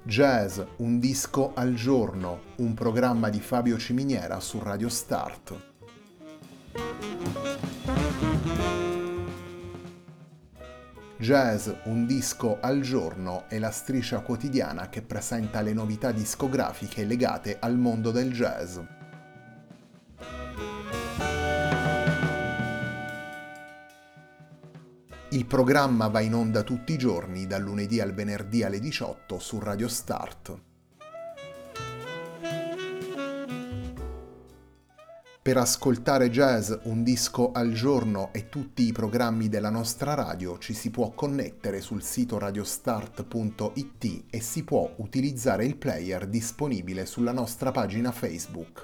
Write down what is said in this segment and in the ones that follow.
Jazz, un disco al giorno, un programma di Fabio Ciminiera su Radio Start. Jazz, un disco al giorno è la striscia quotidiana che presenta le novità discografiche legate al mondo del jazz. Il programma va in onda tutti i giorni, dal lunedì al venerdì alle 18 su Radio Start. Per ascoltare Jazz, un disco al giorno e tutti i programmi della nostra radio ci si può connettere sul sito radiostart.it e si può utilizzare il player disponibile sulla nostra pagina Facebook.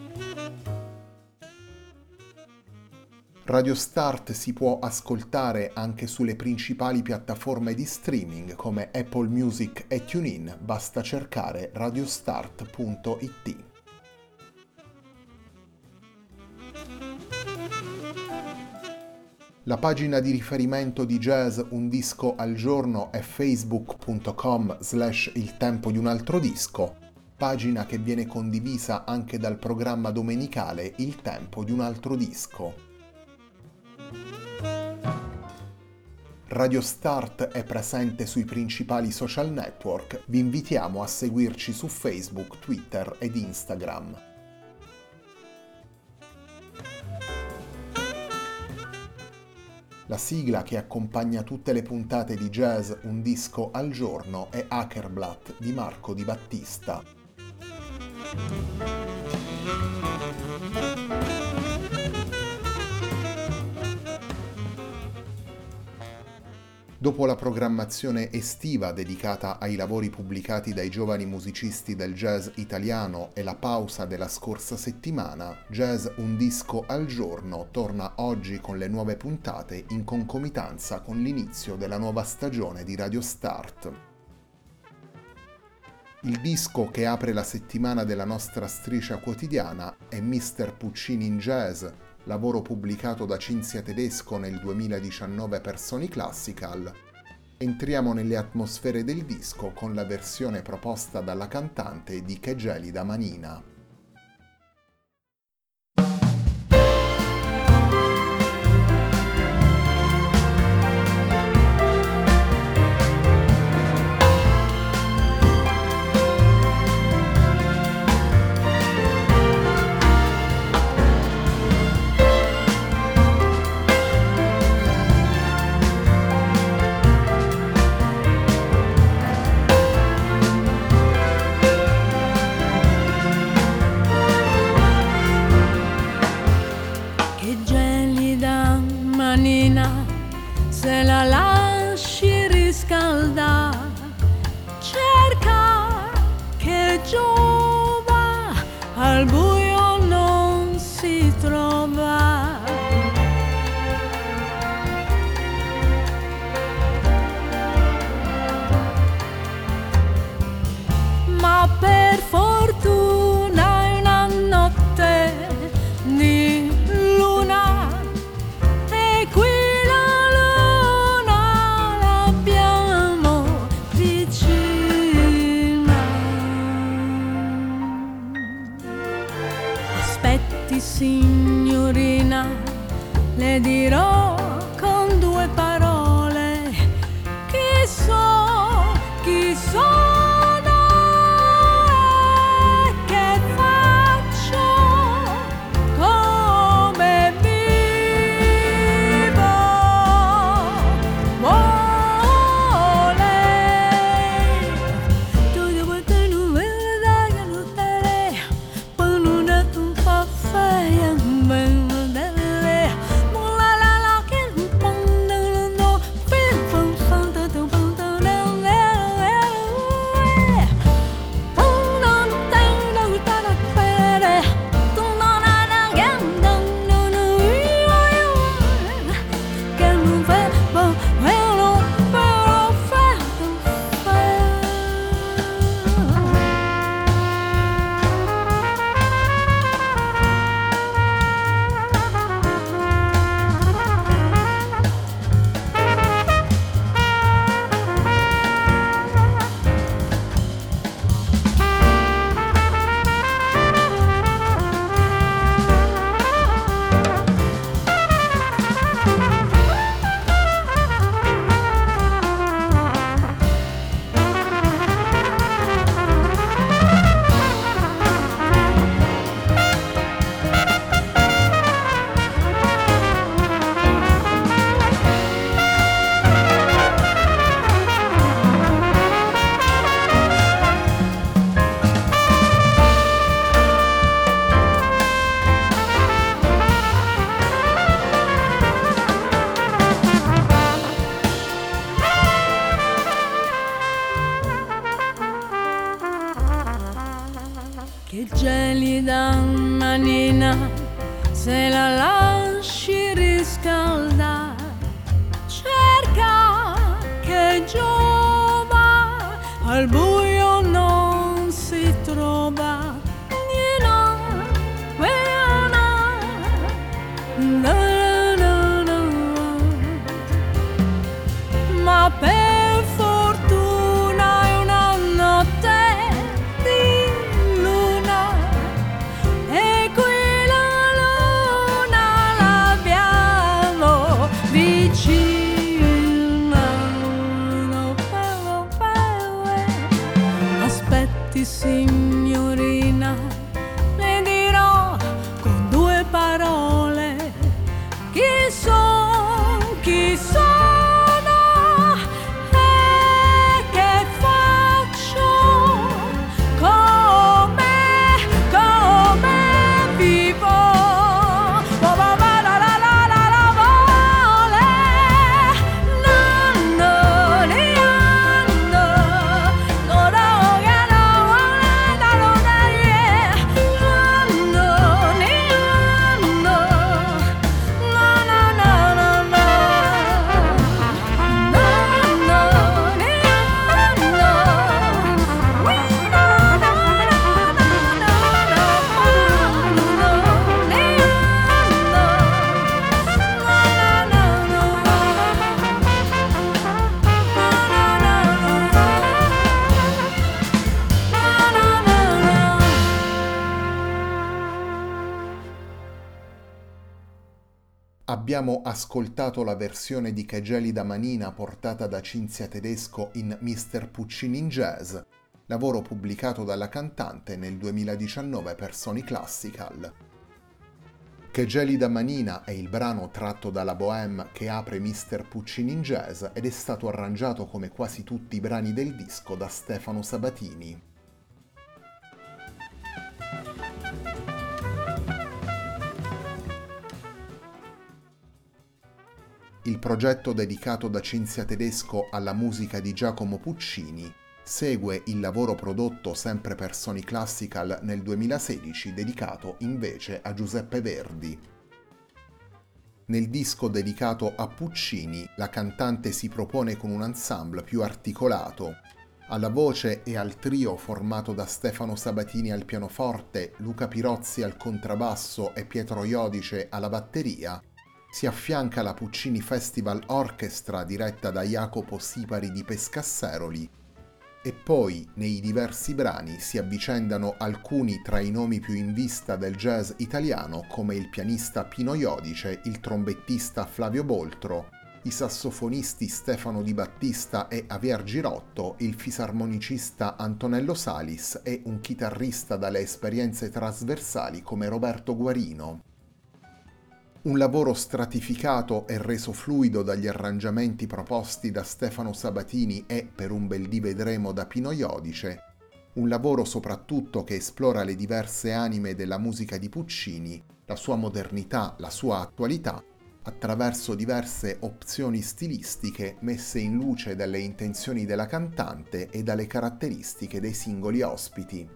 Radio Start si può ascoltare anche sulle principali piattaforme di streaming come Apple Music e TuneIn, basta cercare radiostart.it. La pagina di riferimento di Jazz Un Disco al Giorno è facebook.com/il tempo di un altro disco, pagina che viene condivisa anche dal programma domenicale Il tempo di un altro disco. Radio Start è presente sui principali social network, vi invitiamo a seguirci su Facebook, Twitter ed Instagram. La sigla che accompagna tutte le puntate di Jazz Un Disco al Giorno è Hackerblatt di Marco Di Battista. Dopo la programmazione estiva dedicata ai lavori pubblicati dai giovani musicisti del jazz italiano e la pausa della scorsa settimana, Jazz Un Disco al Giorno torna oggi con le nuove puntate in concomitanza con l'inizio della nuova stagione di Radio Start. Il disco che apre la settimana della nostra striscia quotidiana è Mr. Puccini in Jazz, lavoro pubblicato da Cinzia Tedesco nel 2019 per Sony Classical. Entriamo nelle atmosfere del disco con la versione proposta dalla cantante di Che gelida manina. gelida manina, se la lasci riscaldare, cerca che giova, al buio non si trova. Ma per fortuna è una notte di luna e qui la luna l'abbiamo vicina. Aspetti signorina, le dirò con due parole chi sono, chi sono. Abbiamo ascoltato la versione di Che gelida manina portata da Cinzia Tedesco in Mr. Puccini in Jazz, lavoro pubblicato dalla cantante nel 2019 per Sony Classical. Che gelida manina è il brano tratto dalla Bohème che apre Mr. Puccini in Jazz ed è stato arrangiato come quasi tutti i brani del disco da Stefano Sabatini. Il progetto dedicato da Cinzia Tedesco alla musica di Giacomo Puccini segue il lavoro prodotto sempre per Sony Classical nel 2016 dedicato invece a Giuseppe Verdi. Nel disco dedicato a Puccini la cantante si propone con un ensemble più articolato. Alla voce e al trio formato da Stefano Sabatini al pianoforte, Luca Pirozzi al contrabbasso e Pietro Iodice alla batteria, si affianca la Puccini Festival Orchestra diretta da Jacopo Sipari di Pescasseroli e poi nei diversi brani si avvicendano alcuni tra i nomi più in vista del jazz italiano come il pianista Pino Iodice, il trombettista Flavio Boltro, i sassofonisti Stefano Di Battista e Javier Girotto, il fisarmonicista Antonello Salis e un chitarrista dalle esperienze trasversali come Roberto Guarino. Un lavoro stratificato e reso fluido dagli arrangiamenti proposti da Stefano Sabatini e Per un bel dì vedremo da Pino Iodice, un lavoro soprattutto che esplora le diverse anime della musica di Puccini, la sua modernità, la sua attualità, attraverso diverse opzioni stilistiche messe in luce dalle intenzioni della cantante e dalle caratteristiche dei singoli ospiti.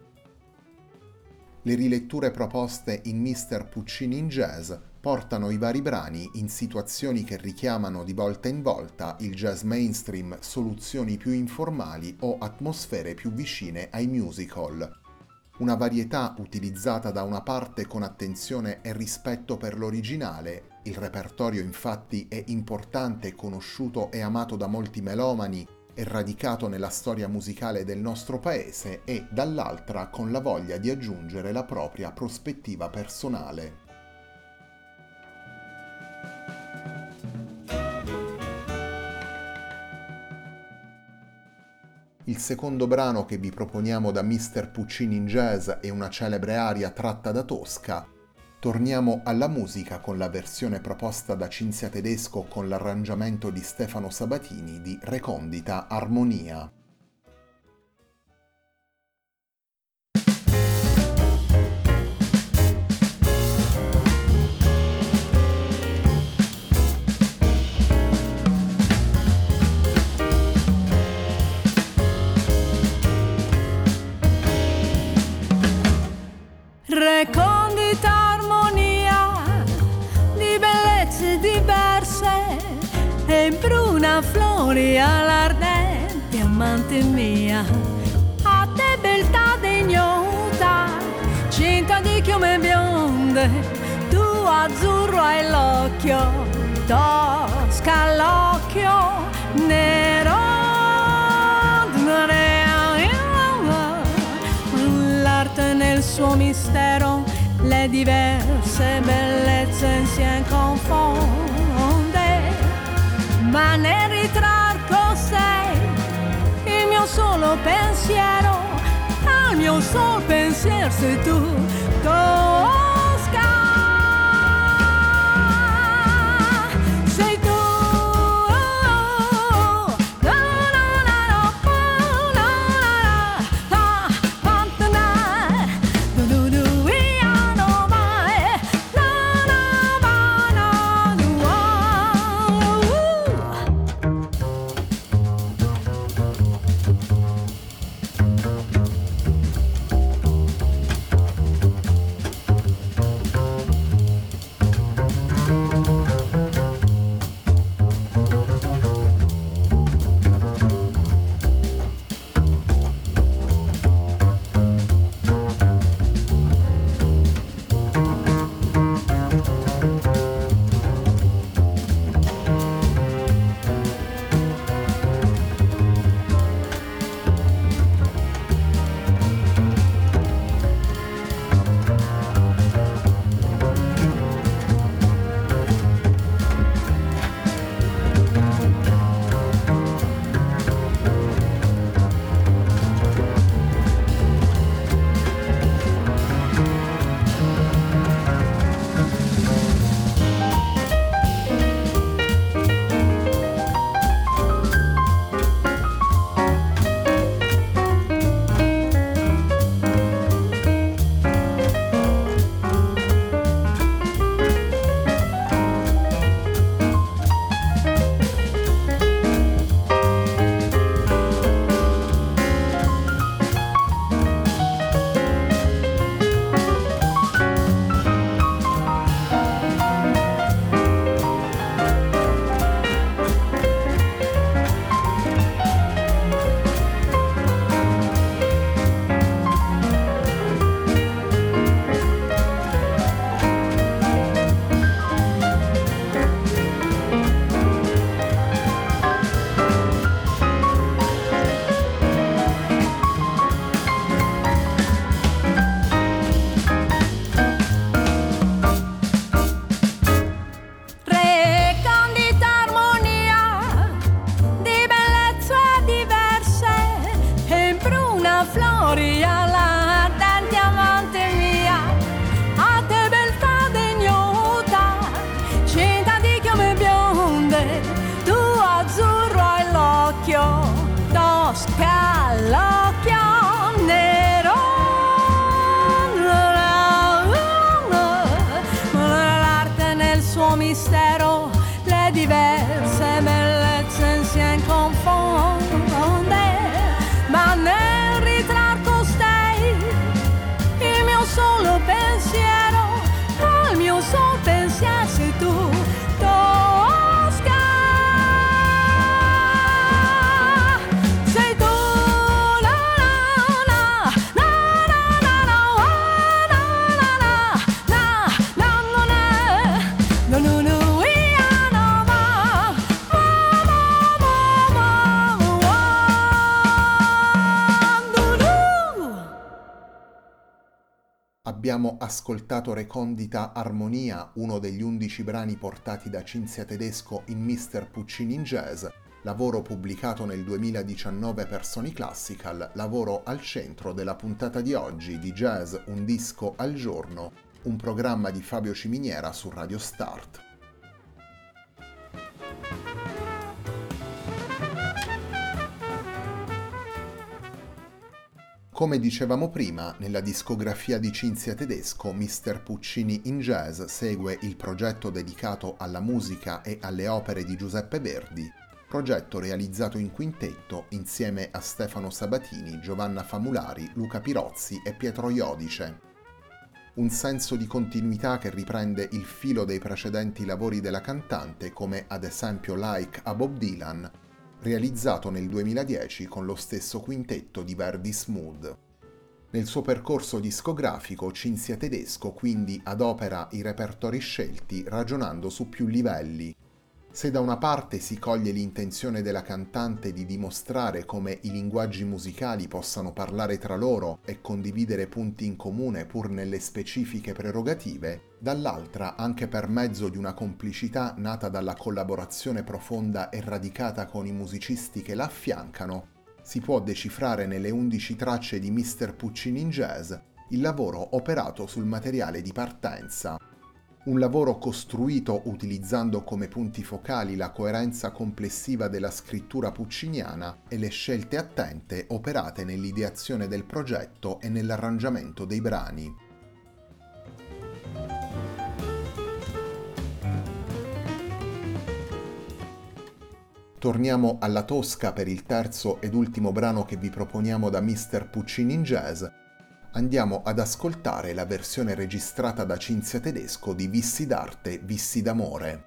Le riletture proposte in Mr. Puccini in Jazz portano i vari brani in situazioni che richiamano di volta in volta il jazz mainstream, soluzioni più informali o atmosfere più vicine ai musical. Una varietà utilizzata da una parte con attenzione e rispetto per l'originale, il repertorio infatti è importante, conosciuto e amato da molti melomani e radicato nella storia musicale del nostro paese e dall'altra con la voglia di aggiungere la propria prospettiva personale. Il secondo brano che vi proponiamo da Mr. Puccini in Jazz è una celebre aria tratta da Tosca. Torniamo alla musica con la versione proposta da Cinzia Tedesco con l'arrangiamento di Stefano Sabatini di Recondita Armonia. flori all'ardente, amante mia, a te beltà degnota, cinta di chiome bionde, tu azzurro hai l'occhio, tosca l'occhio nero, l'arte nel suo mistero, le diverse bellezze insieme confonde, ma nel ritratto sei il mio solo pensiero, al mio solo pensiero sei tu, Tosca. Sei tu. Tosca l'occhio nero, l'arte nel suo mistero, le diverse bellezze insieme confonde, ma nel ritratto stai il mio solo pensiero, al mio solo pensiero sei tu, Tosca. Abbiamo ascoltato Recondita Armonia, uno degli 11 brani portati da Cinzia Tedesco in Mr. Puccini in Jazz, lavoro pubblicato nel 2019 per Sony Classical, lavoro al centro della puntata di oggi di Jazz Un disco al giorno, un programma di Fabio Ciminiera su Radio Start. Come dicevamo prima, nella discografia di Cinzia Tedesco, Mr. Puccini in Jazz segue il progetto dedicato alla musica e alle opere di Giuseppe Verdi, progetto realizzato in quintetto insieme a Stefano Sabatini, Giovanna Famulari, Luca Pirozzi e Pietro Iodice. Un senso di continuità che riprende il filo dei precedenti lavori della cantante, come ad esempio Like a Bob Dylan, realizzato nel 2010 con lo stesso quintetto di Verdi Smooth. Nel suo percorso discografico Cinzia Tedesco quindi adopera i repertori scelti ragionando su più livelli. Se da una parte si coglie l'intenzione della cantante di dimostrare come i linguaggi musicali possano parlare tra loro e condividere punti in comune pur nelle specifiche prerogative, dall'altra, anche per mezzo di una complicità nata dalla collaborazione profonda e radicata con i musicisti che la affiancano, si può decifrare nelle 11 tracce di Mr. Puccini in Jazz il lavoro operato sul materiale di partenza. Un lavoro costruito utilizzando come punti focali la coerenza complessiva della scrittura pucciniana e le scelte attente operate nell'ideazione del progetto e nell'arrangiamento dei brani. Torniamo alla Tosca per il terzo ed ultimo brano che vi proponiamo da Mr. Puccini in Jazz. Andiamo ad ascoltare la versione registrata da Cinzia Tedesco di Vissi d'arte, vissi d'amore.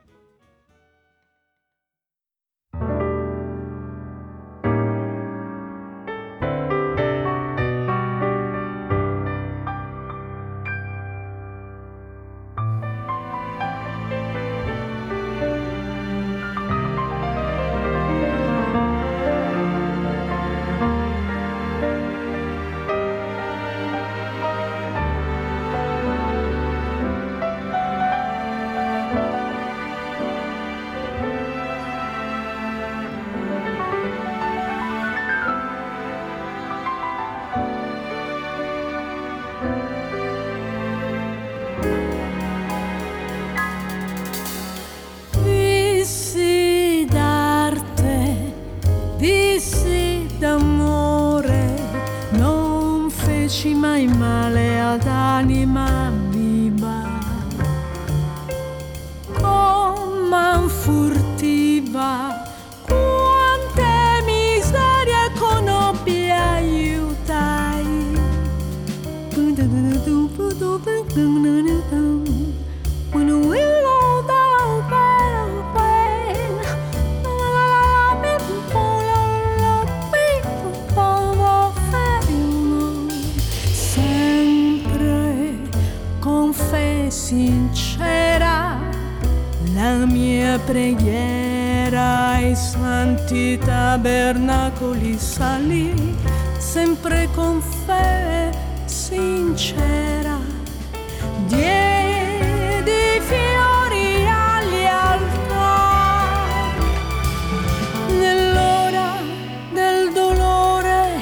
Mai male ad anima viva, come furtiva, quante miserie conobbi aiutai. When a willow thou sincera, la mia preghiera ai santi tabernacoli salì, sempre con fede sincera. Diedi fiori agli altari, nell'ora del dolore,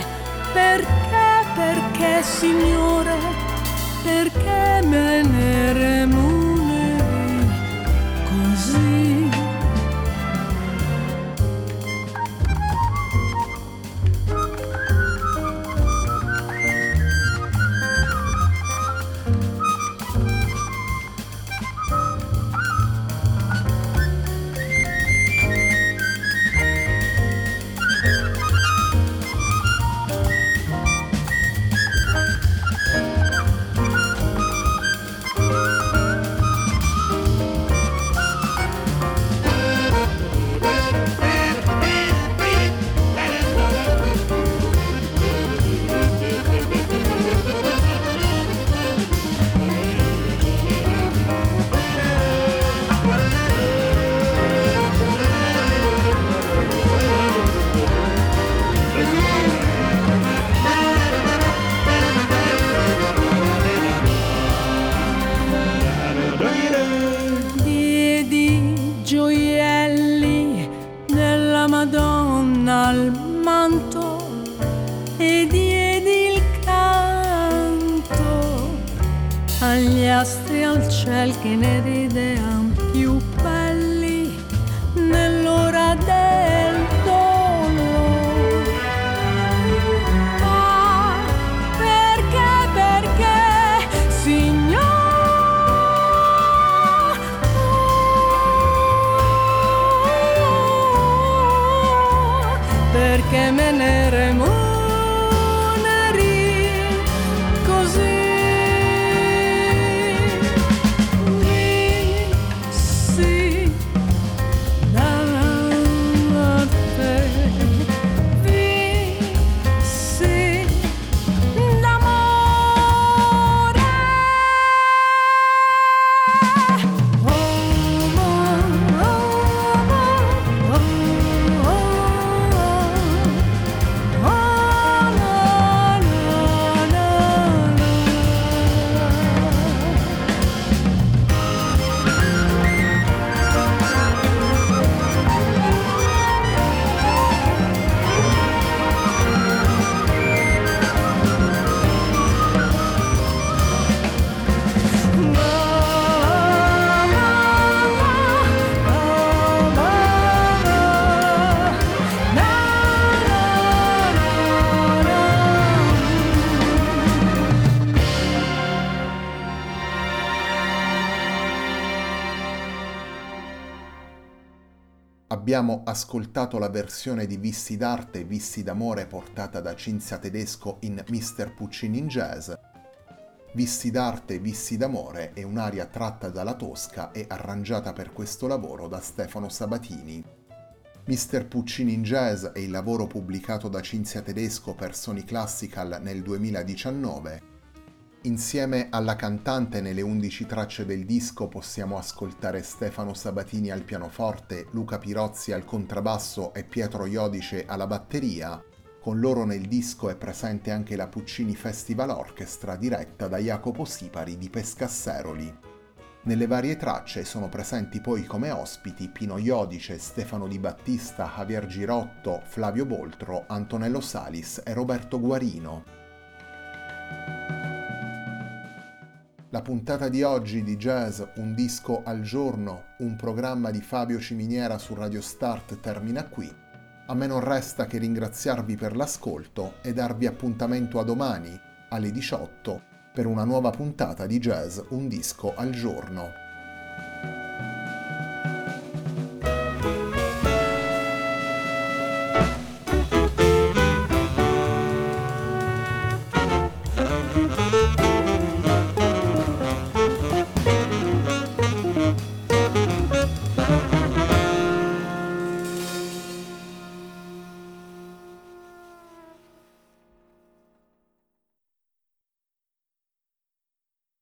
perché Signore, perché me ne remuneri così. Al manto e diedi il canto agli astri al ciel che ne ridean più belli nell'ora del dolore. Ah, perché Signore, perché me ne remuneri così. Vissi d'arte, Abbiamo ascoltato la versione di Visti d'arte e Visti d'amore portata da Cinzia Tedesco in Mr. Puccini in Jazz. Visti d'arte e Visti d'amore è un'aria tratta dalla Tosca e arrangiata per questo lavoro da Stefano Sabatini. Mr. Puccini in Jazz è il lavoro pubblicato da Cinzia Tedesco per Sony Classical nel 2019. Insieme alla cantante nelle 11 tracce del disco possiamo ascoltare Stefano Sabatini al pianoforte, Luca Pirozzi al contrabbasso e Pietro Iodice alla batteria. Con loro nel disco è presente anche la Puccini Festival Orchestra diretta da Jacopo Sipari di Pescasseroli. Nelle varie tracce sono presenti poi come ospiti Pino Iodice, Stefano Di Battista, Javier Girotto, Flavio Boltro, Antonello Salis e Roberto Guarino. La puntata di oggi di Jazz Un disco al giorno, un programma di Fabio Ciminiera su Radio Start termina qui. A me non resta che ringraziarvi per l'ascolto e darvi appuntamento a domani alle 18 per una nuova puntata di Jazz Un disco al giorno.